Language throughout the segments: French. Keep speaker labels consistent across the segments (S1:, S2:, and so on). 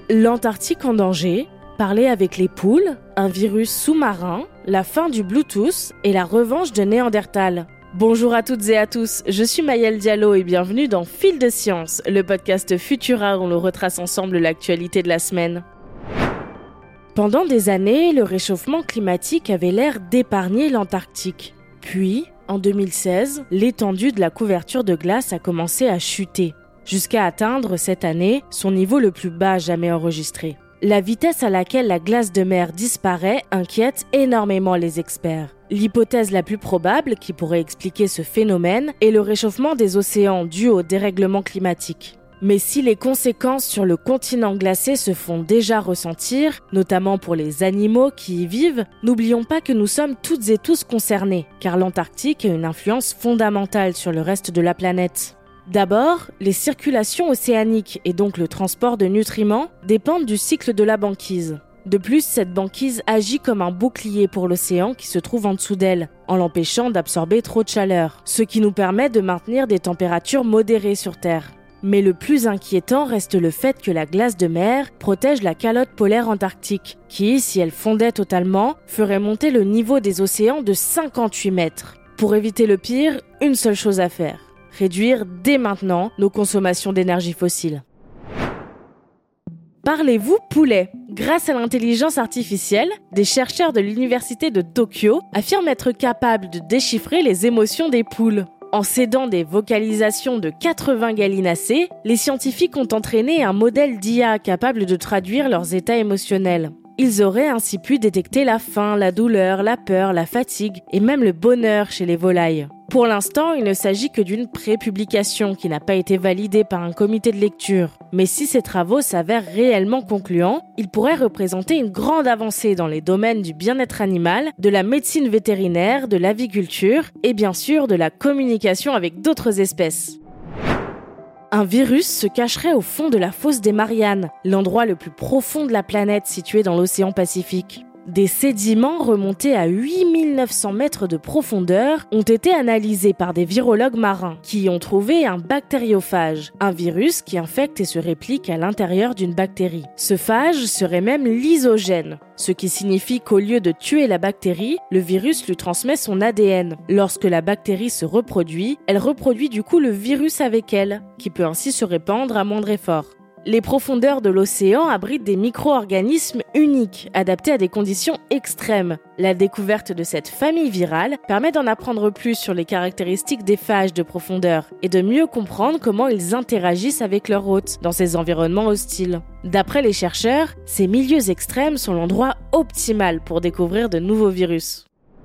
S1: L'Antarctique en danger, parler avec les poules, un virus sous-marin, la fin du Bluetooth et la revanche de Néandertal. Bonjour à toutes et à tous, je suis Maëlle Diallo et bienvenue dans Fil de Science, le podcast Futura où on retrace ensemble l'actualité de la semaine. Pendant des années, le réchauffement climatique avait l'air d'épargner l'Antarctique. Puis, en 2016, l'étendue de la couverture de glace a commencé à chuter, jusqu'à atteindre cette année son niveau le plus bas jamais enregistré. La vitesse à laquelle la glace de mer disparaît inquiète énormément les experts. L'hypothèse la plus probable qui pourrait expliquer ce phénomène est le réchauffement des océans dû au dérèglement climatique. Mais si les conséquences sur le continent glacé se font déjà ressentir, notamment pour les animaux qui y vivent, n'oublions pas que nous sommes toutes et tous concernés, car l'Antarctique a une influence fondamentale sur le reste de la planète. D'abord, les circulations océaniques et donc le transport de nutriments dépendent du cycle de la banquise. De plus, cette banquise agit comme un bouclier pour l'océan qui se trouve en dessous d'elle, en l'empêchant d'absorber trop de chaleur, ce qui nous permet de maintenir des températures modérées sur Terre. Mais le plus inquiétant reste le fait que la glace de mer protège la calotte polaire antarctique, qui, si elle fondait totalement, ferait monter le niveau des océans de 58 mètres. Pour éviter le pire, une seule chose à faire. Réduire dès maintenant nos consommations d'énergie fossile. Parlez-vous poulet ? Grâce à l'intelligence artificielle, des chercheurs de l'université de Tokyo affirment être capables de déchiffrer les émotions des poules. En s'aidant des vocalisations de 80 gallinacés, les scientifiques ont entraîné un modèle d'IA capable de traduire leurs états émotionnels. Ils auraient ainsi pu détecter la faim, la douleur, la peur, la fatigue et même le bonheur chez les volailles. Pour l'instant, il ne s'agit que d'une pré-publication qui n'a pas été validée par un comité de lecture. Mais si ces travaux s'avèrent réellement concluants, ils pourraient représenter une grande avancée dans les domaines du bien-être animal, de la médecine vétérinaire, de l'aviculture et bien sûr de la communication avec d'autres espèces. Un virus se cacherait au fond de la fosse des Mariannes, l'endroit le plus profond de la planète situé dans l'océan Pacifique. Des sédiments remontés à 8900 mètres de profondeur ont été analysés par des virologues marins qui y ont trouvé un bactériophage, un virus qui infecte et se réplique à l'intérieur d'une bactérie. Ce phage serait même lysogène, ce qui signifie qu'au lieu de tuer la bactérie, le virus lui transmet son ADN. Lorsque la bactérie se reproduit, elle reproduit du coup le virus avec elle, qui peut ainsi se répandre à moindre effort. Les profondeurs de l'océan abritent des micro-organismes uniques, adaptés à des conditions extrêmes. La découverte de cette famille virale permet d'en apprendre plus sur les caractéristiques des phages de profondeur et de mieux comprendre comment ils interagissent avec leurs hôtes dans ces environnements hostiles. D'après les chercheurs, ces milieux extrêmes sont l'endroit optimal pour découvrir de nouveaux virus.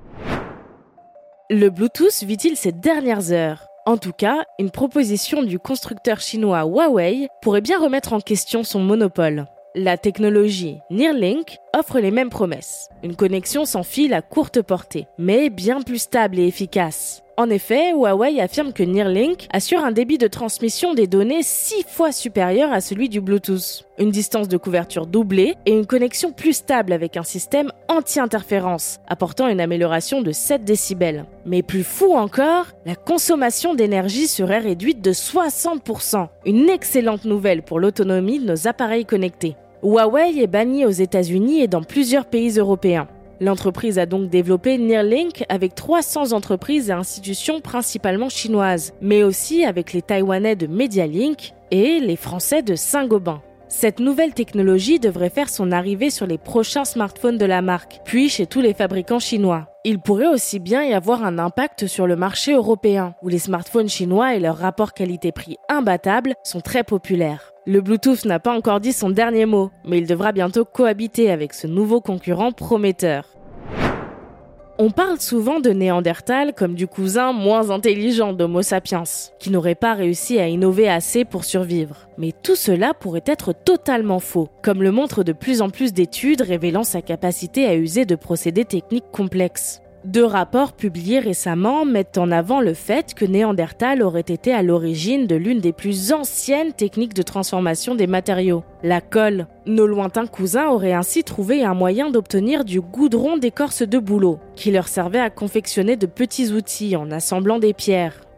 S1: Le Bluetooth vit-il ses dernières heures ? En tout cas, une proposition du constructeur chinois Huawei pourrait bien remettre en question son monopole. La technologie Neuralink offre les mêmes promesses. Une connexion sans fil à courte portée, mais bien plus stable et efficace. En effet, Huawei affirme que Neuralink assure un débit de transmission des données 6 fois supérieur à celui du Bluetooth, une distance de couverture doublée et une connexion plus stable avec un système anti-interférence, apportant une amélioration de 7 décibels. Mais plus fou encore, la consommation d'énergie serait réduite de 60%, une excellente nouvelle pour l'autonomie de nos appareils connectés. Huawei est banni aux États-Unis et dans plusieurs pays européens. L'entreprise a donc développé Neuralink avec 300 entreprises et institutions principalement chinoises, mais aussi avec les Taïwanais de MediaLink et les Français de Saint-Gobain. Cette nouvelle technologie devrait faire son arrivée sur les prochains smartphones de la marque, puis chez tous les fabricants chinois. Il pourrait aussi bien y avoir un impact sur le marché européen, où les smartphones chinois et leur rapport qualité-prix imbattable sont très populaires. Le Bluetooth n'a pas encore dit son dernier mot, mais il devra bientôt cohabiter avec ce nouveau concurrent prometteur. On parle souvent de Néandertal comme du cousin moins intelligent d'Homo sapiens, qui n'aurait pas réussi à innover assez pour survivre. Mais tout cela pourrait être totalement faux, comme le montrent de plus en plus d'études révélant sa capacité à user de procédés techniques complexes. 2 rapports publiés récemment mettent en avant le fait que Néandertal aurait été à l'origine de l'une des plus anciennes techniques de transformation des matériaux, la colle. Nos lointains cousins auraient ainsi trouvé un moyen d'obtenir du goudron d'écorce de bouleau, qui leur servait à confectionner de petits outils en assemblant des pierres.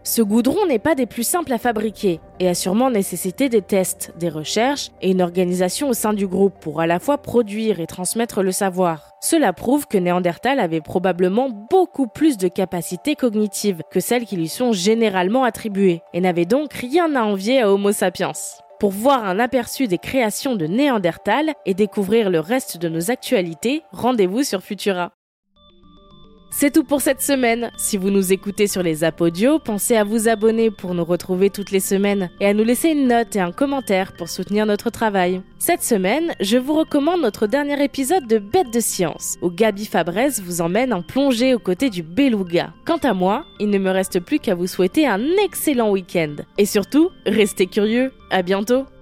S1: Ce goudron n'est pas des plus simples à fabriquer et a sûrement nécessité des tests, des recherches et une organisation au sein du groupe pour à la fois produire et transmettre le savoir. Cela prouve que Néandertal avait probablement beaucoup plus de capacités cognitives que celles qui lui sont généralement attribuées et n'avait donc rien à envier à Homo sapiens. Pour voir un aperçu des créations de Néandertal et découvrir le reste de nos actualités, rendez-vous sur Futura. C'est tout pour cette semaine. Si vous nous écoutez sur les apps audio, pensez à vous abonner pour nous retrouver toutes les semaines et à nous laisser une note et un commentaire pour soutenir notre travail. Cette semaine, je vous recommande notre dernier épisode de Bêtes de science, où Gaby Fabrez vous emmène en plongée aux côtés du beluga. Quant à moi, il ne me reste plus qu'à vous souhaiter un excellent week-end. Et surtout, restez curieux. À bientôt.